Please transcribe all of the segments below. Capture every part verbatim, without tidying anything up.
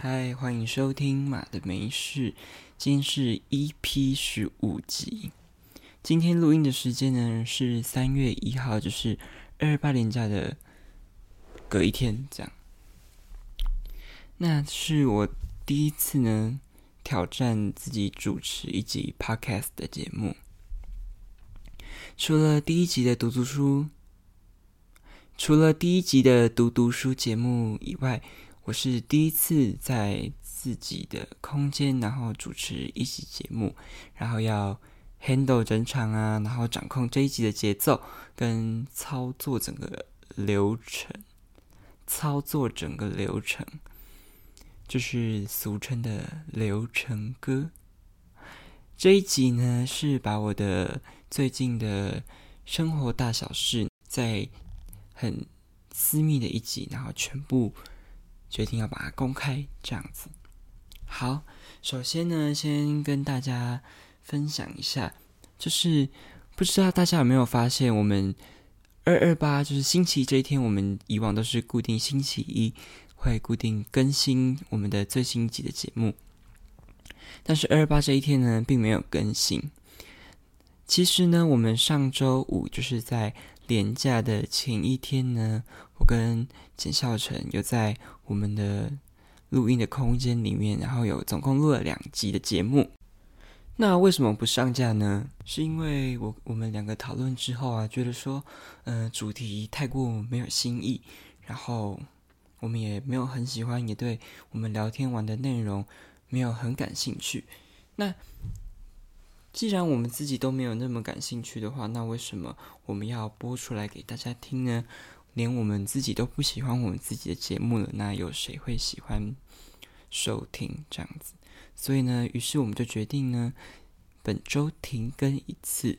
嗨，欢迎收听马的没事，今天是 E P 十五集。今天录音的时间呢是三月一号，就是二二八连假的隔一天，这样。那是我第一次呢挑战自己主持一集 Podcast 的节目。除了第一集的读读书，除了第一集的读读书节目以外，我是第一次在自己的空间，然后主持一集节目，然后要 handle 整场啊，然后掌控这一集的节奏跟操作整个流程，操作整个流程，就是俗称的流程歌。这一集呢，是把我的最近的生活大小事，在很私密的一集，然后全部决定要把它公开，这样子。好，首先呢，先跟大家分享一下，就是不知道大家有没有发现，我们二二八就是星期这一天，我们以往都是固定星期一会固定更新我们的最新一集的节目，但是二二八这一天呢，并没有更新。其实呢，我们上周五就是在连假的前一天呢，我跟简孝成有在我们的录音的空间里面，然后有总共录了两集的节目。那为什么不上架呢？是因为我我们两个讨论之后啊，觉得说，呃，主题太过没有新意，然后我们也没有很喜欢，也对我们聊天玩的内容没有很感兴趣。那既然我们自己都没有那么感兴趣的话，那为什么我们要播出来给大家听呢？连我们自己都不喜欢我们自己的节目了，那有谁会喜欢收听这样子？所以呢，于是我们就决定呢，本周停更一次。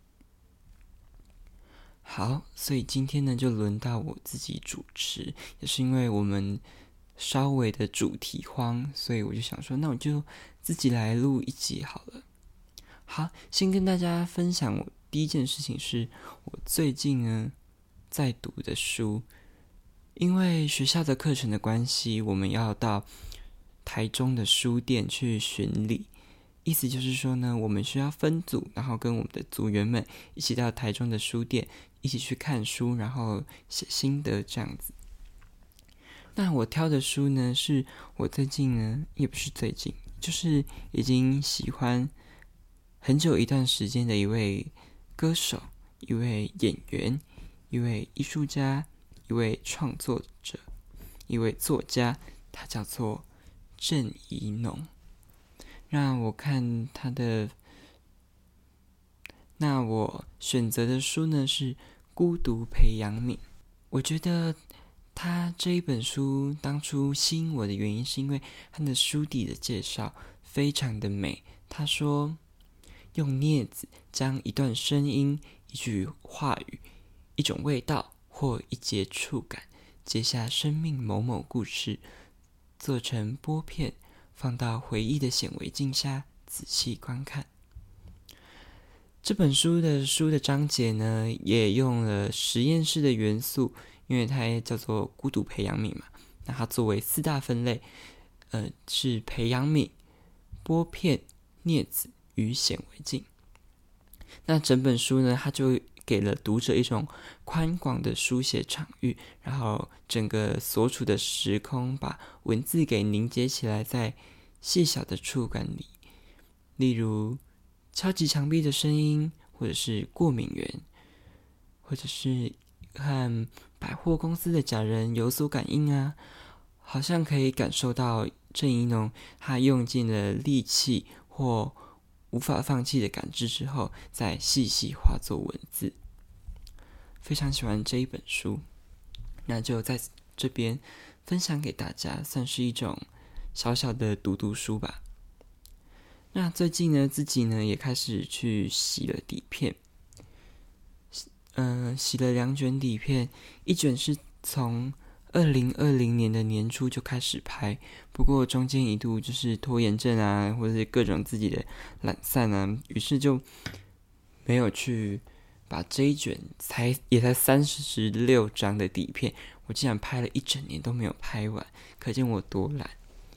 好，所以今天呢，就轮到我自己主持，也是因为我们稍微的主题荒，所以我就想说，那我就自己来录一集好了。好，先跟大家分享我第一件事情是，我最近呢在读的书，因为学校的课程的关系，我们要到台中的书店去巡礼。意思就是说呢，我们需要分组，然后跟我们的组员们一起到台中的书店，一起去看书，然后写心得这样子。那我挑的书呢，是我最近呢，也不是最近，就是已经喜欢很久一段时间的一位歌手，一位演员，一位艺术家，一位创作者，一位作家，他叫做郑宜农。那我看他的，那我选择的书呢是《孤独培养皿》。我觉得他这一本书当初吸引我的原因，是因为他的书底的介绍非常的美。他说，用镊子将一段声音、一句话语、一种味道或一节触感，接下生命某某故事，做成拨片，放到回忆的显微镜下仔细观看。这本书的书的章节呢，也用了实验室的元素，因为它叫做孤独培养皿嘛。那它作为四大分类，呃，是培养皿、拨片、镊子与显微镜。那整本书呢，它就给了读者一种宽广的书写场域，然后整个所处的时空把文字给凝结起来，在细小的触感里，例如敲击墙壁的声音，或者是过敏源，或者是和百货公司的假人有所感应啊，好像可以感受到郑宜农他用尽了力气或无法放弃的感知之后，再细细化作文字。非常喜欢这一本书，那就在这边分享给大家，算是一种小小的读读书吧。那最近呢，自己呢也开始去洗了底片，嗯、呃，洗了两卷底片，一卷是从二零二零年的年初就开始拍，不过中间一度就是拖延症啊，或者是各种自己的懒散啊，于是就没有去把这一卷才也才三十六张的底片，我竟然拍了一整年都没有拍完，可见我多懒。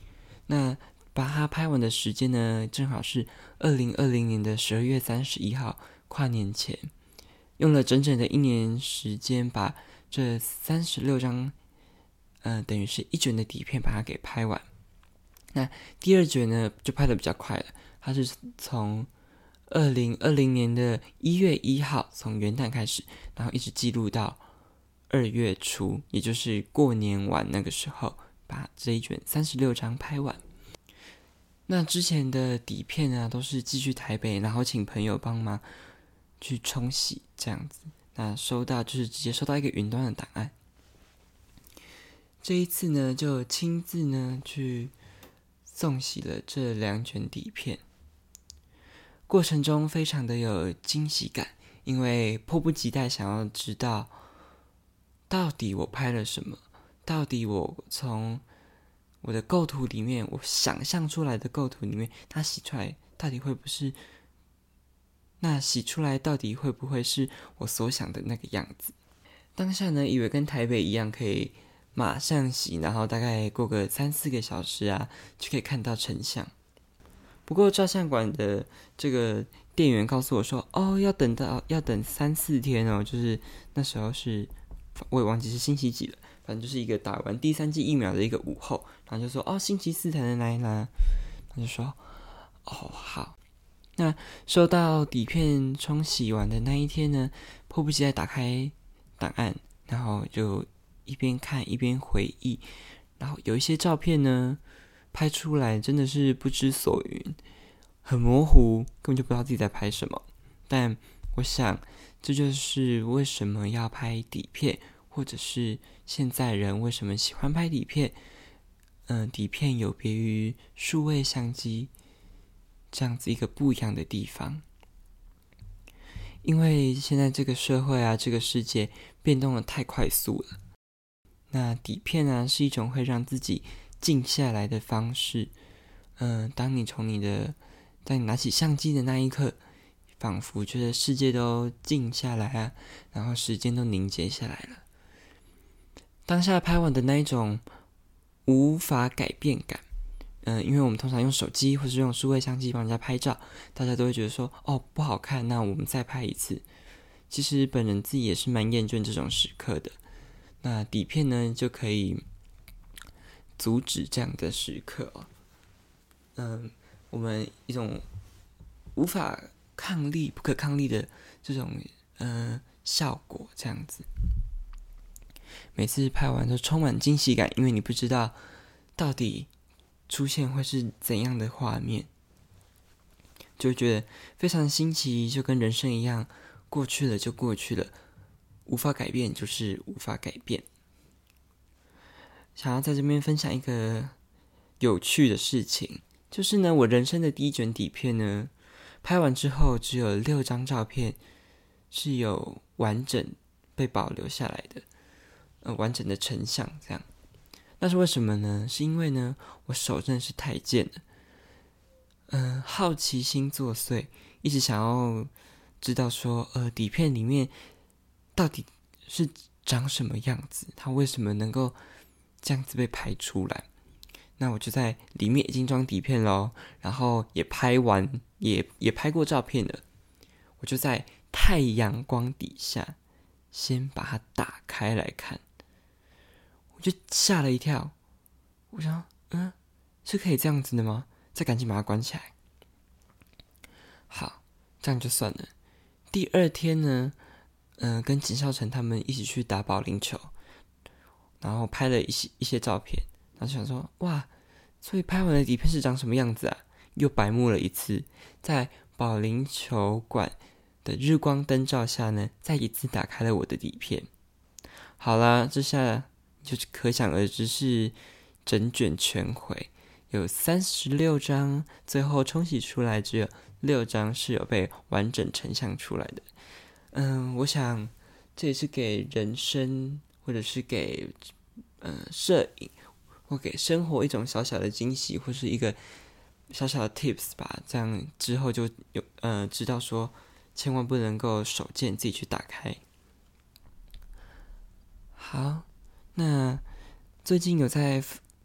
那把它拍完的时间呢，正好是二零二零年的十二月三十一号，跨年前，用了整整的一年时间，把这三十六张，呃，等于是一卷的底片把它给拍完。那第二卷呢，就拍的比较快了，它是从二零二零年的一月一号，从元旦开始，然后一直记录到二月初，也就是过年晚那个时候，把这一卷三十六张拍完。那之前的底片啊，都是寄去台北，然后请朋友帮忙去冲洗这样子。那收到就是直接收到一个云端的档案。这一次呢，就亲自呢去送洗了这两卷底片，过程中非常的有惊喜感，因为迫不及待想要知道到底我拍了什么，到底我从我的构图里面，我想象出来的构图里面，它洗出来到底会不是，那洗出来到底会不会是我所想的那个样子？当下呢，以为跟台北一样可以马上洗，然后大概过个三四个小时啊，就可以看到成像。不过照相馆的这个店员告诉我说，哦，要等到要等三四天哦，就是那时候是我也忘记是星期几了，反正就是一个打完第三剂疫苗的一个午后，然后就说哦，星期四才能来拿。他就说哦好。那收到底片冲洗完的那一天呢，迫不及待打开档案，然后就一边看一边回忆，然后有一些照片呢拍出来真的是不知所云，很模糊，根本就不知道自己在拍什么。但我想这就是为什么要拍底片，或者是现在人为什么喜欢拍底片。嗯、呃，底片有别于数位相机这样子一个不一样的地方。因为现在这个社会啊，这个世界变动的太快速了。那底片啊，是一种会让自己静下来的方式。嗯、呃，当你从你的，当你拿起相机的那一刻，仿佛觉得世界都静下来啊，然后时间都凝结下来了。当下拍完的那一种无法改变感，嗯、呃，因为我们通常用手机或是用数位相机帮人家拍照，大家都会觉得说，哦，不好看，那我们再拍一次。其实本人自己也是蛮厌倦这种时刻的。那底片呢，就可以阻止这样的时刻哦。嗯，我们一种无法抗力、不可抗力的这种呃效果，这样子。每次拍完都充满惊喜感，因为你不知道到底出现会是怎样的画面，就觉得非常新奇，就跟人生一样，过去了就过去了，无法改变就是无法改变。想要在这边分享一个有趣的事情，就是呢，我人生的第一卷底片呢，拍完之后只有六张照片是有完整被保留下来的，呃，完整的成像这样。那是为什么呢？是因为呢，我手真的是太贱了，嗯、呃，好奇心作祟，一直想要知道说，呃，底片里面到底是长什么样子，它为什么能够这样子被拍出来。那我就在里面已经装底片咯，然后也拍完，也也拍过照片了。我就在太阳光底下，先把它打开来看，我就吓了一跳。我想，嗯，是可以这样子的吗？再赶紧把它关起来。好，这样就算了。第二天呢，嗯、呃，跟景少成他们一起去打保龄球，然后拍了一些一些照片。然后想说，哇，所以拍完的底片是长什么样子啊？又白目了一次，在保龄球馆的日光灯照下呢，再一次打开了我的底片。好啦，这下就可想而知是整卷全毁，有三十六张，最后冲洗出来只有六张是有被完整成像出来的。嗯，我想这也是给人生，或者是给呃摄影，或给生活一种小小的惊喜，或是一个小小的 tips 吧。这样之后就有呃知道说，千万不能够手贱自己去打开。好，那最近有在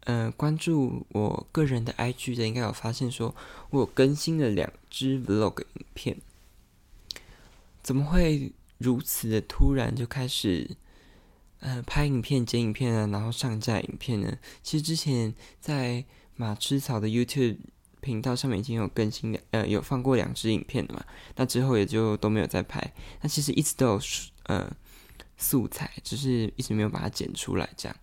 呃关注我个人的 I G 的，应该有发现说我有更新了两支 vlog 影片。怎么会如此的突然就开始呃拍影片、剪影片啊，然后上架影片呢？其实之前在马吃草的 YouTube 频道上面已经有更新两呃有放过两支影片了嘛，那之后也就都没有再拍。那其实一直都有呃素材，只是一直没有把它剪出来这样。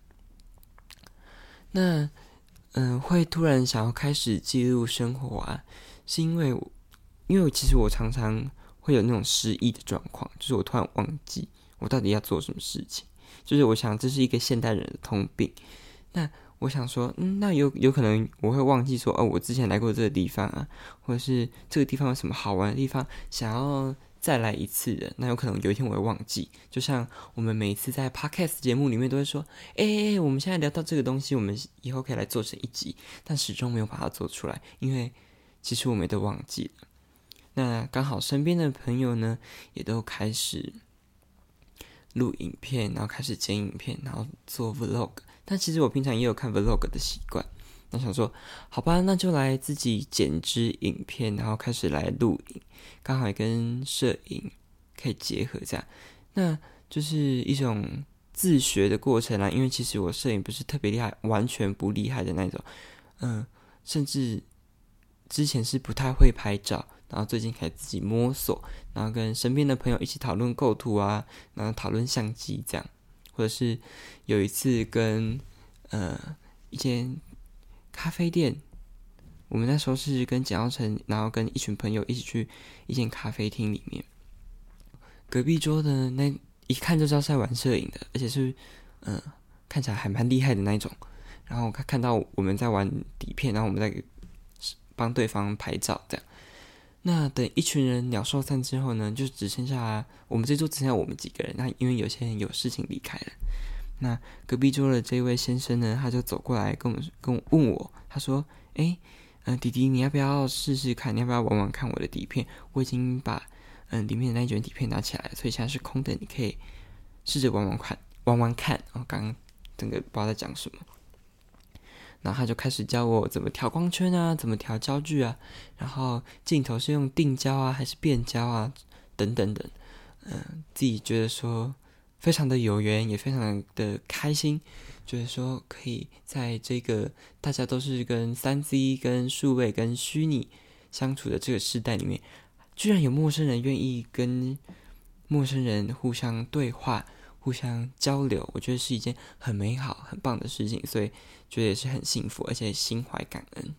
那嗯、呃，会突然想要开始记录生活啊，是因为我因为其实我常常会有那种失忆的状况，就是我突然忘记我到底要做什么事情，就是我想这是一个现代人的通病。那我想说，嗯，那有有可能我会忘记说，哦，我之前来过这个地方啊，或者是这个地方有什么好玩的地方，想要再来一次的。那有可能有一天我会忘记，就像我们每一次在 podcast 节目里面都会说，哎、欸欸，我们现在聊到这个东西，我们以后可以来做成一集，但始终没有把它做出来，因为其实我们都忘记了。那刚好身边的朋友呢，也都开始录影片，然后开始剪影片，然后做 vlog。但其实我平常也有看 vlog 的习惯，那想说，好吧，那就来自己剪支影片，然后开始来录影，刚好也跟摄影可以结合，这样，那就是一种自学的过程啦。因为其实我摄影不是特别厉害，完全不厉害的那种，嗯、呃，甚至之前是不太会拍照。然后最近开始自己摸索，然后跟身边的朋友一起讨论构图啊，然后讨论相机这样，或者是有一次跟呃一间咖啡店，我们那时候是跟简耀成，然后跟一群朋友一起去一间咖啡厅里面，隔壁桌的那一看就知道是在玩摄影的，而且是嗯、呃、看起来还蛮厉害的那一种。然后看看到我们在玩底片，然后我们在帮对方拍照这样。那等一群人鸟兽散之后呢，就只剩下我们这桌只剩下我们几个人。那因为有些人有事情离开了，那隔壁桌的这位先生呢，他就走过来跟我们跟我问我，他说：“哎，嗯、呃，弟弟，你要不要试试看？你要不要玩玩看我的底片？我已经把嗯、呃、里面的那一卷底片拿起来了，所以现在是空的，你可以试着玩玩看，玩玩看。”然后刚刚整个不知道在讲什么。然后他就开始教我怎么调光圈啊，怎么调焦距啊，然后镜头是用定焦啊还是变焦啊，等等等。嗯、呃，自己觉得说非常的有缘，也非常的开心，觉得说可以在这个大家都是跟 三 C 跟数位跟虚拟相处的这个时代里面，居然有陌生人愿意跟陌生人互相对话，互相交流，我觉得是一件很美好很棒的事情，所以觉得也是很幸福，而且心怀感恩。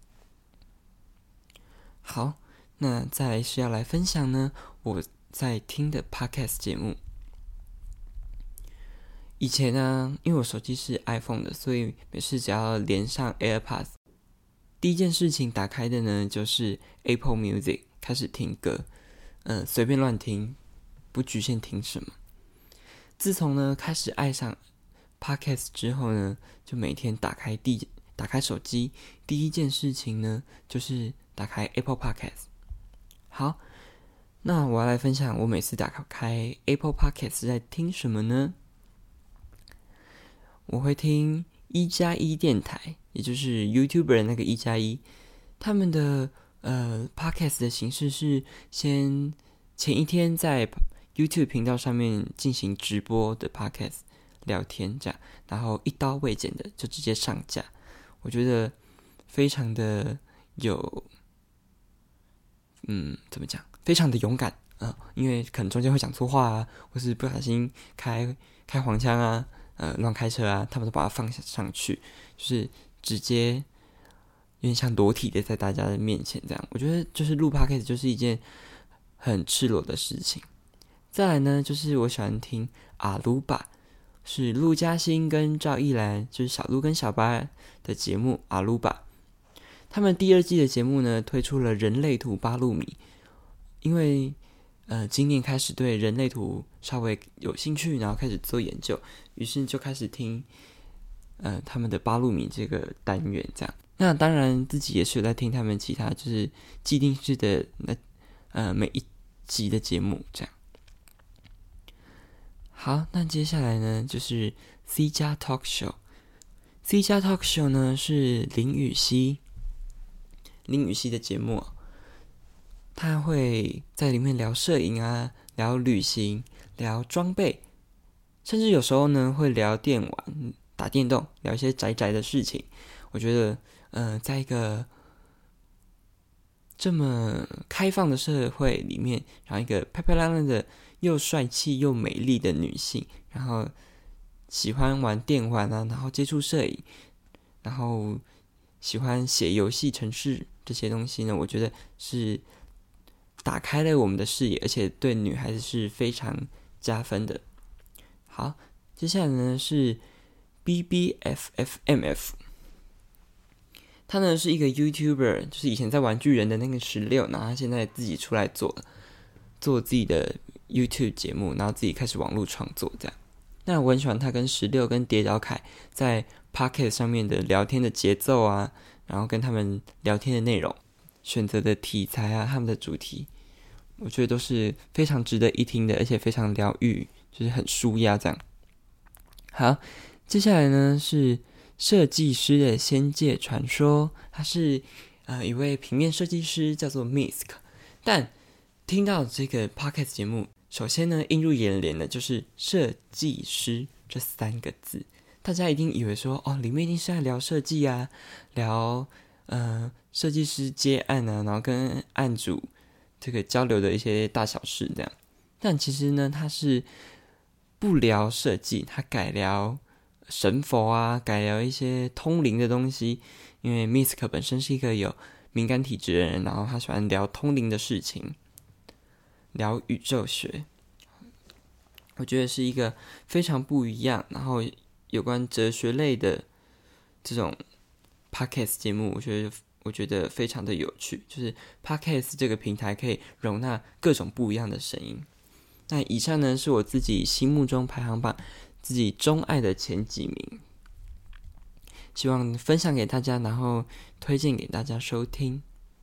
好，那再来是要来分享呢我在听的 podcast 节目。以前呢，因为我手机是 iPhone 的，所以每次只要连上 AirPods， 第一件事情打开的呢就是 Apple Music， 开始听歌，嗯、呃，随便乱听，不局限听什么。自从呢开始爱上 Podcast 之后呢，就每天打开第打开手机，第一件事情呢就是打开 Apple Podcast。好，那我要来分享我每次打开 Apple Podcast 是在听什么呢？我会听一加一电台，也就是 YouTuber 那个一加一，他们的呃 Podcast 的形式是先前一天在 YouTube 频道上面进行直播的 Podcast 聊天这样，然后一刀未剪的就直接上架，我觉得非常的有，嗯，怎么讲？非常的勇敢啊、呃，因为可能中间会讲错话啊，或是不小心开开黄腔啊。呃，乱开车啊，他们都把它放上去，就是直接有点像裸体的在大家的面前这样。我觉得就是录 podcast 就是一件很赤裸的事情。再来呢，就是我喜欢听阿鲁巴，是陆嘉欣跟赵逸兰，就是小鹿跟小八的节目阿鲁巴。他们第二季的节目呢，推出了人类图八路米，因为呃，今年开始对人类图稍微有兴趣，然后开始做研究，于是就开始听呃他们的八路米这个单元这样。那当然自己也是有在听他们其他就是既定式的那呃每一集的节目这样。好，那接下来呢就是 C 加 Talk Show。 C 加 Talk Show 呢是林雨熙，林雨熙的节目，他会在里面聊摄影啊，聊旅行，聊装备，甚至有时候呢会聊电玩、打电动，聊一些宅宅的事情。我觉得，呃，在一个这么开放的社会里面，然后一个漂漂亮亮的、又帅气又美丽的女性，然后喜欢玩电玩啊，然后接触摄影，然后喜欢写游戏程式这些东西呢，我觉得是打开了我们的视野，而且对女孩子是非常加分的。好，接下来呢是 B B F F M F。他呢是一个 YouTuber， 就是以前在玩具人的那个十六，然后他现在自己出来做做自己的 YouTube 节目，然后自己开始网络创作这样。那我很喜欢他跟十六跟跌倒凯在 Podcast 上面的聊天的节奏啊，然后跟他们聊天的内容、选择的题材啊，他们的主题，我觉得都是非常值得一听的，而且非常疗愈，就是很舒压这样。好，接下来呢是设计师的仙界传说，他是呃一位平面设计师，叫做 Misk。但听到这个 podcast 节目，首先呢映入眼帘的就是设计师这三个字，大家一定以为说哦，里面一定是在聊设计啊，聊呃设计师接案啊，然后跟案主这个交流的一些大小事这样。但其实呢，他是不聊设计，他改聊神佛啊，改聊一些通灵的东西，因为 Misk 本身是一个有敏感体质的人，然后他喜欢聊通灵的事情，聊宇宙学，我觉得是一个非常不一样，然后有关哲学类的这种 podcast 节目，我觉得我觉得非常的有趣，就是 podcast 这个平台可以容纳各种不一样的声音。那以上呢是我自己心目中排行榜自己钟爱的前几名，希望分享给大家，然后推荐给大家收听。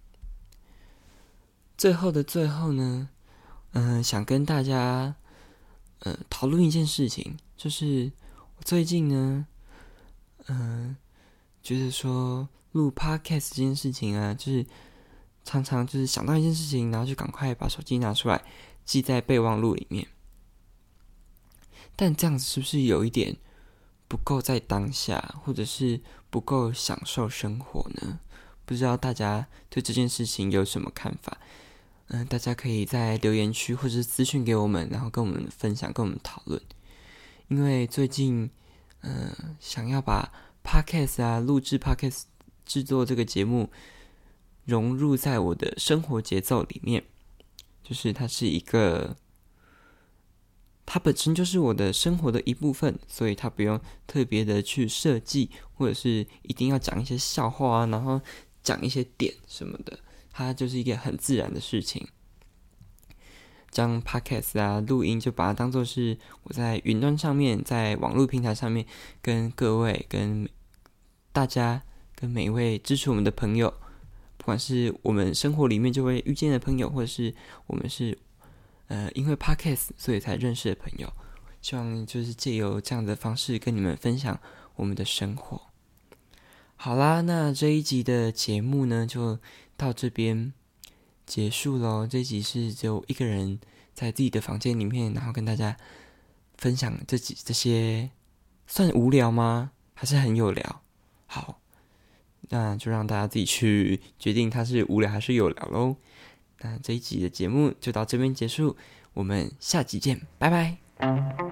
最后的最后呢，嗯、呃，想跟大家呃讨论一件事情，就是我最近呢，嗯、呃，觉得说录 podcast 这件事情啊，就是常常就是想到一件事情，然后就赶快把手机拿出来记在备忘录里面。但这样子是不是有一点不够在当下，或者是不够享受生活呢？不知道大家对这件事情有什么看法？嗯、呃，大家可以在留言区或者是私讯给我们，然后跟我们分享，跟我们讨论。因为最近，嗯、呃，想要把 podcast 啊，录制 podcast 制作这个节目融入在我的生活节奏里面，就是它是一个。它本身就是我的生活的一部分，所以它不用特别的去设计，或者是一定要讲一些笑话啊，然后讲一些点什么的，它就是一个很自然的事情。将 podcast 啊录音就把它当作是我在云端上面，在网络平台上面跟各位、跟大家、跟每一位支持我们的朋友，不管是我们生活里面就会遇见的朋友，或者是我们是呃，因为 podcast 所以才认识的朋友，希望就是借由这样的方式跟你们分享我们的生活。好啦，那这一集的节目呢，就到这边结束咯。这一集是只有一个人在自己的房间里面，然后跟大家分享这几这些，算无聊吗？还是很有聊？好，那就让大家自己去决定它是无聊还是有聊咯。那这一集的节目就到这边结束，我们下集见，拜拜。